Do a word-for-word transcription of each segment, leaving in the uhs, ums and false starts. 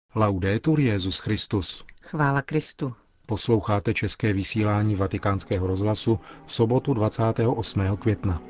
Laudetur Jesus Christus. Chvála Kristu. Posloucháte české vysílání Vatikánského rozhlasu v sobotu dvacátého osmého května.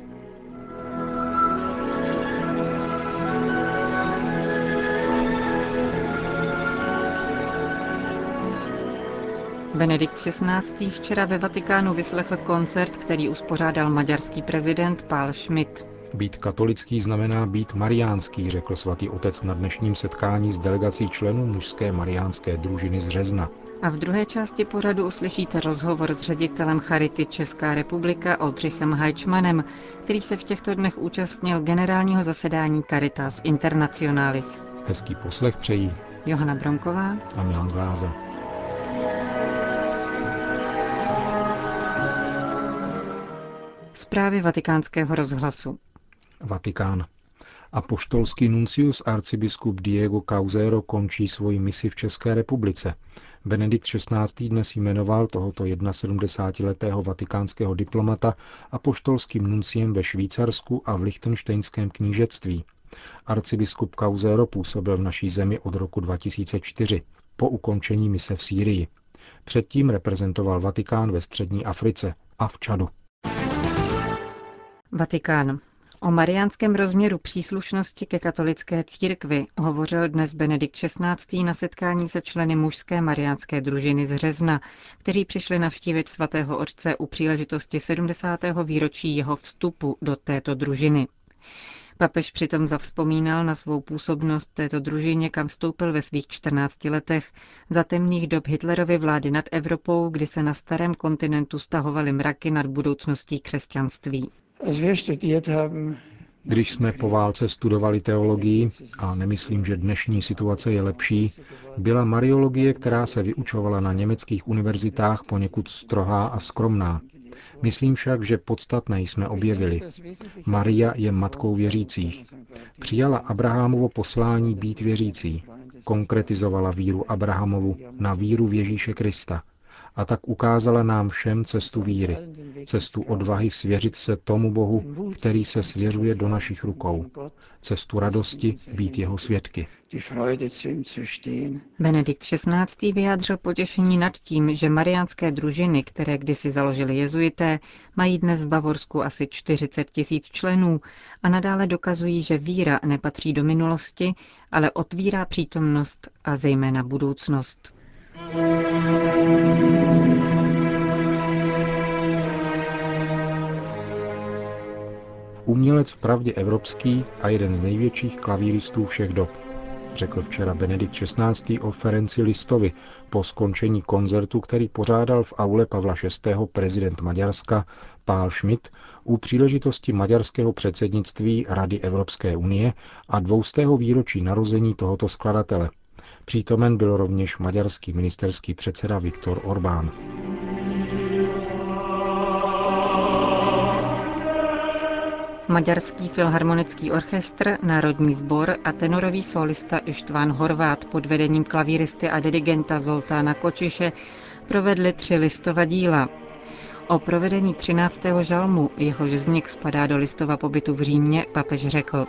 Benedikt šestnáctý. včera ve Vatikánu vyslechl koncert, který uspořádal maďarský prezident Pál Schmidt. Být katolický znamená být mariánský, řekl svatý otec na dnešním setkání s delegací členů mužské mariánské družiny z Řezna. A v druhé části pořadu uslyšíte rozhovor s ředitelem Charity Česká republika Oldřichem Hajčmanem, který se v těchto dnech účastnil generálního zasedání Caritas Internationalis. Hezký poslech přejí Johana Bronková a Milan Glázer. Zprávy Vatikánského rozhlasu. Vatikán. Apoštolský nuncius arcibiskup Diego Causero končí svoji misi v České republice. Benedikt šestnáctý. dnes jmenoval tohoto sedmdesátiletého vatikánského diplomata apoštolským nunciem ve Švýcarsku a v Lichtenštejnském knížectví. Arcibiskup Causero působil v naší zemi od roku dva tisíce čtyři, po ukončení mise v Sýrii. Předtím reprezentoval Vatikán ve střední Africe a v Čadu. Vatikán. O mariánském rozměru příslušnosti ke katolické církvi hovořil dnes Benedikt šestnáctý. na setkání se členy mužské mariánské družiny z Řezna, kteří přišli navštívit svatého otce u příležitosti sedmdesátého výročí jeho vstupu do této družiny. Papež přitom zavzpomínal na svou působnost této družině, kam vstoupil ve svých čtrnácti letech za temných dob Hitlerovy vlády nad Evropou, kdy se na starém kontinentu stahovaly mraky nad budoucností křesťanství. Když jsme po válce studovali teologii, a nemyslím, že dnešní situace je lepší, byla mariologie, která se vyučovala na německých univerzitách, poněkud strohá a skromná. Myslím však, že podstatné jsme objevili. Maria je matkou věřících. Přijala Abrahamovo poslání být věřící. Konkretizovala víru Abrahamovu na víru v Ježíše Krista. A tak ukázala nám všem cestu víry, cestu odvahy svěřit se tomu Bohu, který se svěřuje do našich rukou, cestu radosti být jeho svědky. Benedikt šestnáctý. vyjádřil potěšení nad tím, že mariánské družiny, které kdysi založili jezuité, mají dnes v Bavorsku asi čtyřicet tisíc členů a nadále dokazují, že víra nepatří do minulosti, ale otvírá přítomnost a zejména budoucnost. Umělec vpravdě evropský a jeden z největších klavíristů všech dob, řekl včera Benedikt šestnáctý. o Ferenci Listovi po skončení koncertu, který pořádal v aule Pavla šestého. prezident Maďarska Pál Schmidt u příležitosti maďarského předsednictví Rady Evropské unie a dvoustého výročí narození tohoto skladatele. Přítomen byl rovněž maďarský ministerský předseda Viktor Orbán. Maďarský filharmonický orchestr, národní sbor a tenorový solista Ištván Horvát pod vedením klavíristy a dirigenta Zoltána Kočiše provedli tři Listova díla. O provedení třináctého žalmu, jehož vznik spadá do Listova pobytu v Římě, papež řekl: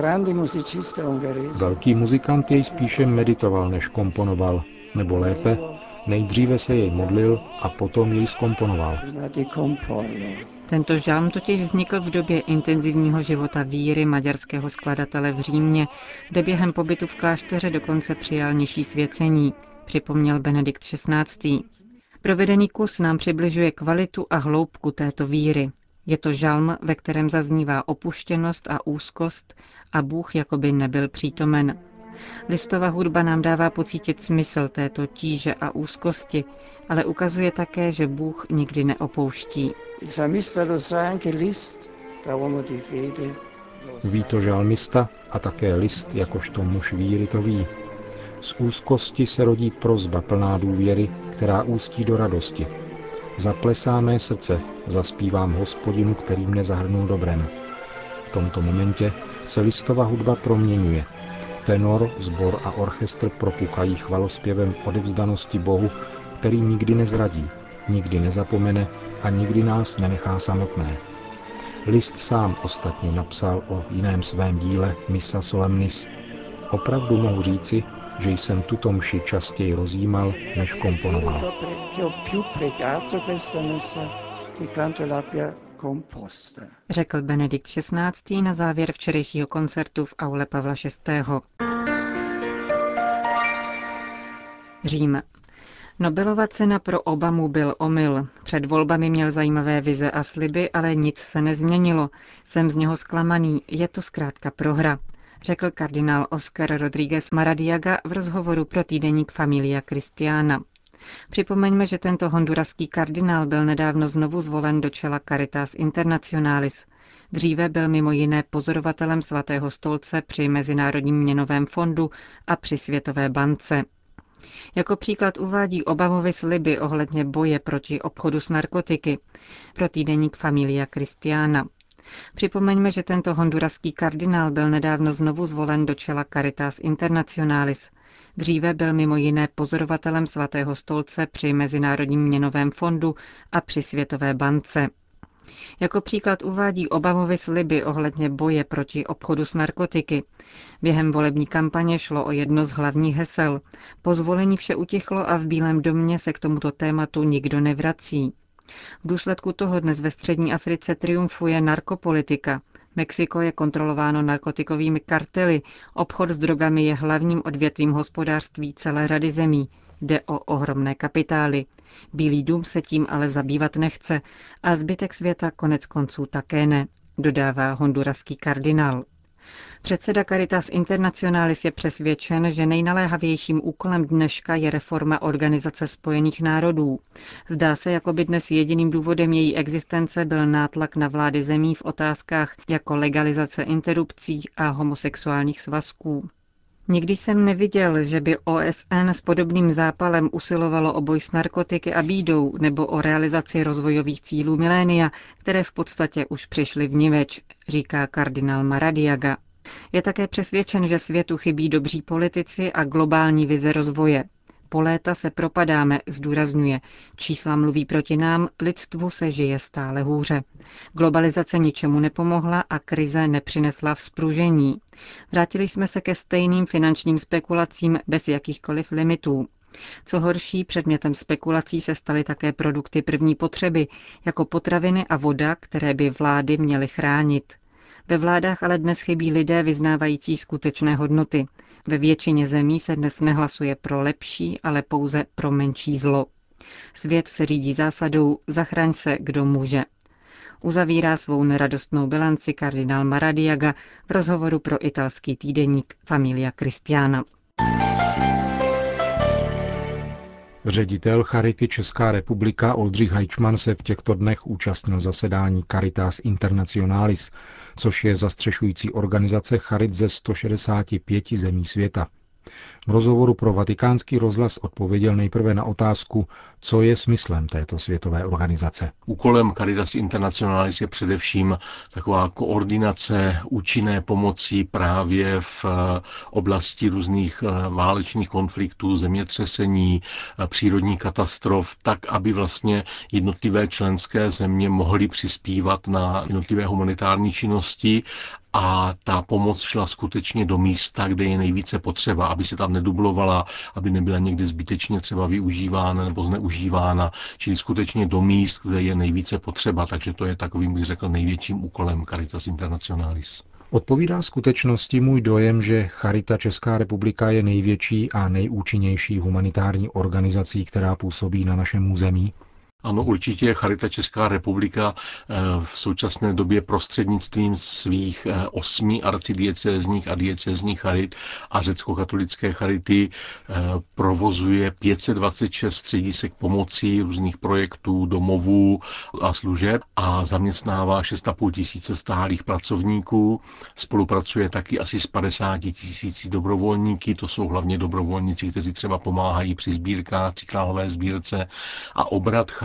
Velký muzikant jej spíše meditoval, než komponoval, nebo lépe, nejdříve se jej modlil a potom jej zkomponoval. Tento žalm totiž vznikl v době intenzivního života víry maďarského skladatele v Římě, kde během pobytu v klášteře dokonce přijal nižší svěcení, připomněl Benedikt šestnáctý. Provedený kus nám přibližuje kvalitu a hloubku této víry. Je to žalm, ve kterém zaznívá opuštěnost a úzkost a Bůh jakoby nebyl přítomen. Listova hudba nám dává pocítit smysl této tíže a úzkosti, ale ukazuje také, že Bůh nikdy neopouští. Ví to žalmista a také List, jakožto muž víry to ví. Z úzkosti se rodí prosba plná důvěry, která ústí do radosti. Zaplesá mé srdce, zaspívám Hospodinu, který mne zahrnul dobrem. V tomto momentě se Listova hudba proměňuje. Tenor, sbor a orchestr propukají chvalospěvem odevzdanosti Bohu, který nikdy nezradí, nikdy nezapomene a nikdy nás nenechá samotné. List sám ostatně napsal o jiném svém díle Missa Solemnis. Opravdu mohu říci, že jsem tuto mši častěji rozjímal, než komponoval. Řekl Benedikt šestnáctý na závěr včerejšího koncertu v aule Pavla šestého. Řím. Nobelova cena pro Obamu byl omyl. Před volbami měl zajímavé vize a sliby, ale nic se nezměnilo. Jsem z něho zklamaný, je to zkrátka prohra, řekl kardinál Oscar Rodríguez Maradiaga v rozhovoru pro týdeník Familia Cristiana. Připomeňme, že tento honduraský kardinál byl nedávno znovu zvolen do čela Caritas Internationalis. Dříve byl mimo jiné pozorovatelem svatého stolce při Mezinárodním měnovém fondu a při Světové bance. Jako příklad uvádí Obamovy sliby ohledně boje proti obchodu s narkotiky pro týdeník Familia Cristiana. Připomeňme, že tento honduraský kardinál byl nedávno znovu zvolen do čela Caritas Internationalis. Dříve byl mimo jiné pozorovatelem svatého stolce při Mezinárodním měnovém fondu a při Světové bance. Jako příklad uvádí Obamovy sliby ohledně boje proti obchodu s narkotiky. Během volební kampaně šlo o jedno z hlavních hesel. Po zvolení vše utichlo a v Bílém domě se k tomuto tématu nikdo nevrací. V důsledku toho dnes ve střední Africe triumfuje narkopolitika. Mexiko je kontrolováno narkotikovými kartely, obchod s drogami je hlavním odvětvím hospodářství celé řady zemí. Jde o ohromné kapitály. Bílý dům se tím ale zabývat nechce a zbytek světa konec konců také ne, dodává honduraský kardinál. Předseda Caritas Internationalis je přesvědčen, že nejnaléhavějším úkolem dneška je reforma Organizace spojených národů. Zdá se, jako by dnes jediným důvodem její existence byl nátlak na vlády zemí v otázkách jako legalizace interrupcí a homosexuálních svazků. Nikdy jsem neviděl, že by O S N s podobným zápalem usilovalo o boj s narkotiky a bídou nebo o realizaci rozvojových cílů milénia, které v podstatě už přišly vniveč, říká kardinál Maradiaga. Je také přesvědčen, že světu chybí dobří politici a globální vize rozvoje. Po léta se propadáme, zdůrazňuje. Čísla mluví proti nám, lidstvu se žije stále hůře. Globalizace ničemu nepomohla a krize nepřinesla vzpružení. Vrátili jsme se ke stejným finančním spekulacím bez jakýchkoliv limitů. Co horší, předmětem spekulací se staly také produkty první potřeby, jako potraviny a voda, které by vlády měly chránit. Ve vládách ale dnes chybí lidé vyznávající skutečné hodnoty. Ve většině zemí se dnes nehlasuje pro lepší, ale pouze pro menší zlo. Svět se řídí zásadou zachraň se, kdo může. Uzavírá svou neradostnou bilanci kardinál Maradiaga v rozhovoru pro italský týdeník Familia Cristiana. Ředitel Charity Česká republika Oldřich Hajčman se v těchto dnech účastnil zasedání Caritas Internationalis, což je zastřešující organizace charit ze sto šedesáti pěti zemí světa. V rozhovoru pro Vatikánský rozhlas odpověděl nejprve na otázku, co je smyslem této světové organizace. Úkolem Caritas Internationalis je především taková koordinace účinné pomoci právě v oblasti různých válečných konfliktů, zemětřesení, přírodních katastrof, tak, aby vlastně jednotlivé členské země mohly přispívat na jednotlivé humanitární činnosti a ta pomoc šla skutečně do místa, kde je nejvíce potřeba, aby se tam nedublovala, aby nebyla někde zbytečně třeba využívána nebo zneužívána, čili skutečně do míst, kde je nejvíce potřeba. Takže to je takovým, bych řekl, největším úkolem Caritas Internationalis. Odpovídá skutečnosti můj dojem, že Charita Česká republika je největší a nejúčinnější humanitární organizací, která působí na našem území? Ano, určitě Charita Česká republika v současné době prostřednictvím svých osmi arcidiecézních a diecézních charit a řeckokatolické charity provozuje pět set dvacet šest středisek pomocí různých projektů, domovů a služeb a zaměstnává šest a půl tisíce stálých pracovníků. Spolupracuje taky asi s padesáti tisíci dobrovolníky, to jsou hlavně dobrovolníci, kteří třeba pomáhají při sbírkách, při králové sbírce a obrat charity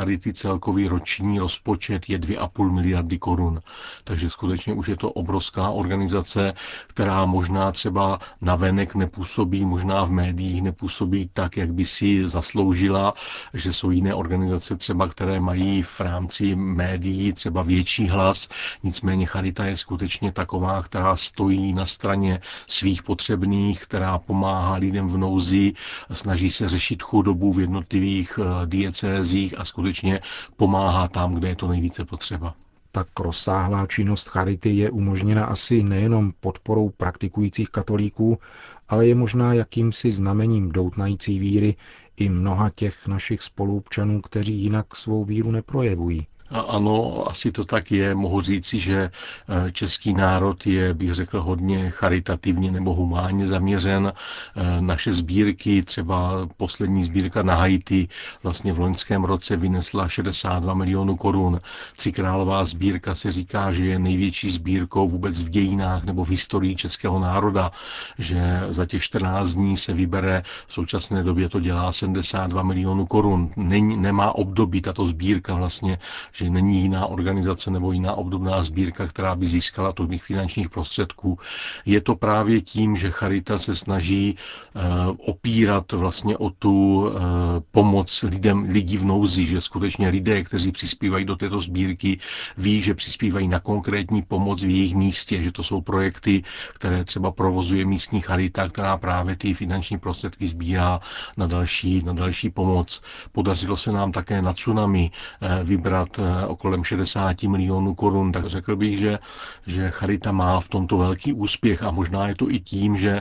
Charity celkový roční rozpočet je dvě a půl miliardy korun. Takže skutečně už je to obrovská organizace, která možná třeba navenek nepůsobí, možná v médiích nepůsobí tak, jak by si zasloužila, že jsou jiné organizace třeba, které mají v rámci médií třeba větší hlas. Nicméně Charita je skutečně taková, která stojí na straně svých potřebných, která pomáhá lidem v nouzi, snaží se řešit chudobu v jednotlivých diecézích a skutečně pomáhá tam, kde je to nejvíce potřeba. Tak rozsáhlá činnost charity je umožněna asi nejenom podporou praktikujících katolíků, ale je možná jakýmsi znamením doutnající víry i mnoha těch našich spoluobčanů, kteří jinak svou víru neprojevují. A ano, asi to tak je. Mohu říci, že český národ je, bych řekl, hodně charitativně nebo humánně zaměřen. Naše sbírky, třeba poslední sbírka na Haiti, vlastně v loňském roce vynesla šedesát dva milionů korun. Cikrálová sbírka se říká, že je největší sbírkou vůbec v dějinách nebo v historii českého národa, že za těch čtrnáct dní se vybere, v současné době to dělá sedmdesát dva milionů korun. Není, nemá období tato sbírka vlastně, že není jiná organizace nebo jiná obdobná sbírka, která by získala tolik finančních prostředků. Je to právě tím, že Charita se snaží uh, opírat vlastně o tu uh, pomoc lidem, lidí v nouzi, že skutečně lidé, kteří přispívají do této sbírky, ví, že přispívají na konkrétní pomoc v jejich místě, že to jsou projekty, které třeba provozuje místní Charita, která právě ty finanční prostředky sbírá na další, na další pomoc. Podařilo se nám také na tsunami uh, vybrat okolo šedesát milionů korun, tak řekl bych, že, že Charita má v tomto velký úspěch a možná je to i tím, že,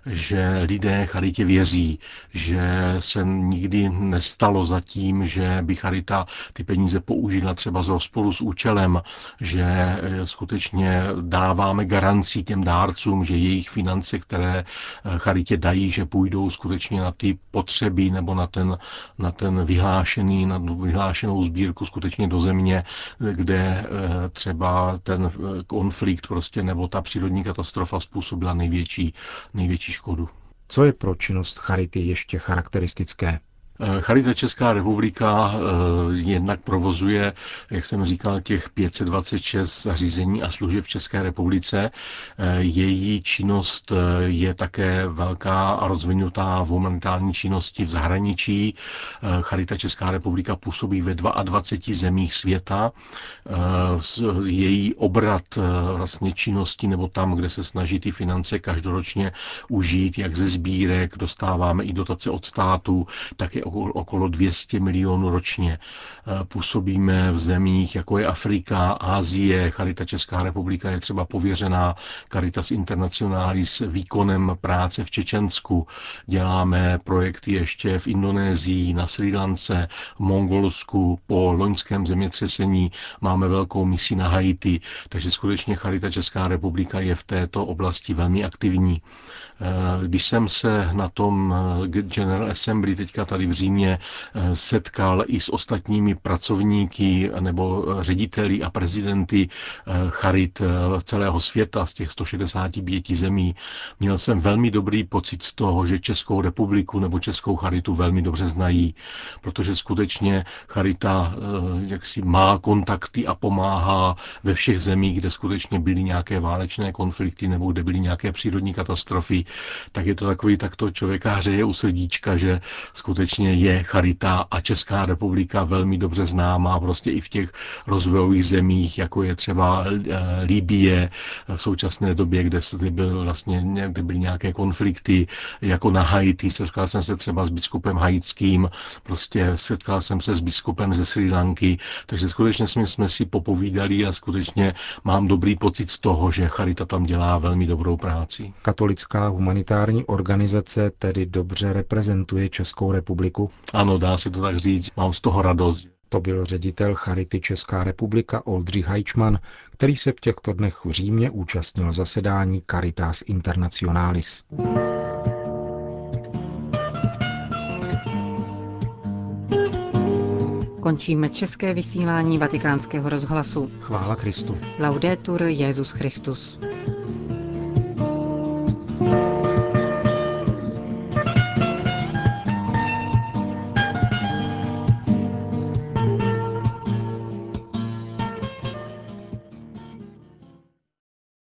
že lidé Charitě věří, že se nikdy nestalo zatím, že by Charita ty peníze použila třeba z rozporu s účelem, že skutečně dáváme garancí těm dárcům, že jejich finance, které Charitě dají, že půjdou skutečně na ty potřeby nebo na ten, na ten vyhlášený, na vyhlášenou sbírku skutečně do země, kde třeba ten konflikt prostě nebo ta přírodní katastrofa způsobila největší, největší škodu. Co je pro činnost Charity ještě charakteristické? Charita Česká republika jednak provozuje, jak jsem říkal, těch pět set dvacet šest zařízení a služeb v České republice. Její činnost je také velká a rozvinutá v humanitární činnosti v zahraničí. Charita Česká republika působí ve dvaceti dvou zemích světa. Její obrat vlastně činnosti nebo tam, kde se snaží ty finance každoročně užít, jak ze sbírek, dostáváme i dotace od státu, tak je okolo dvě stě milionů ročně. Působíme v zemích, jako je Afrika, Asie. Charita Česká republika je třeba pověřená Caritas Internationalis výkonem práce v Čečensku. Děláme projekty ještě v Indonésii, na Srí Lance, v Mongolsku. Po loňském zemětřesení máme velkou misi na Haiti, takže skutečně Charita Česká republika je v této oblasti velmi aktivní. Když jsem se na tom General Assembly teďka tady v Římě setkal i s ostatními pracovníky nebo řediteli a prezidenty charit z celého světa, z těch sto šedesáti pěti zemí, měl jsem velmi dobrý pocit z toho, že Českou republiku nebo Českou charitu velmi dobře znají, protože skutečně charita jaksi má kontakty a pomáhá ve všech zemích, kde skutečně byly nějaké válečné konflikty nebo kde byly nějaké přírodní katastrofy, tak je to takový, tak to člověka hřeje u srdíčka, že skutečně je charita a Česká republika velmi dobře známá prostě i v těch rozvojových zemích, jako je třeba Libye v současné době, kde se byl vlastně, kde byly nějaké konflikty, jako na Haiti. Setkal jsem se třeba s biskupem haitským, prostě setkal jsem se s biskupem ze Srí Lanky, takže skutečně jsme, jsme si popovídali a skutečně mám dobrý pocit z toho, že charita tam dělá velmi dobrou práci. Katolická humanitární organizace tedy dobře reprezentuje Českou republiku? Ano, dá se to tak říct. Mám z toho radost. To byl ředitel Charity Česká republika Oldřich Hajčman, který se v těchto dnech v Římě účastnil zasedání Caritas Internationalis. Končíme české vysílání Vatikánského rozhlasu. Chvála Kristu. Laudetur Jesus Christus.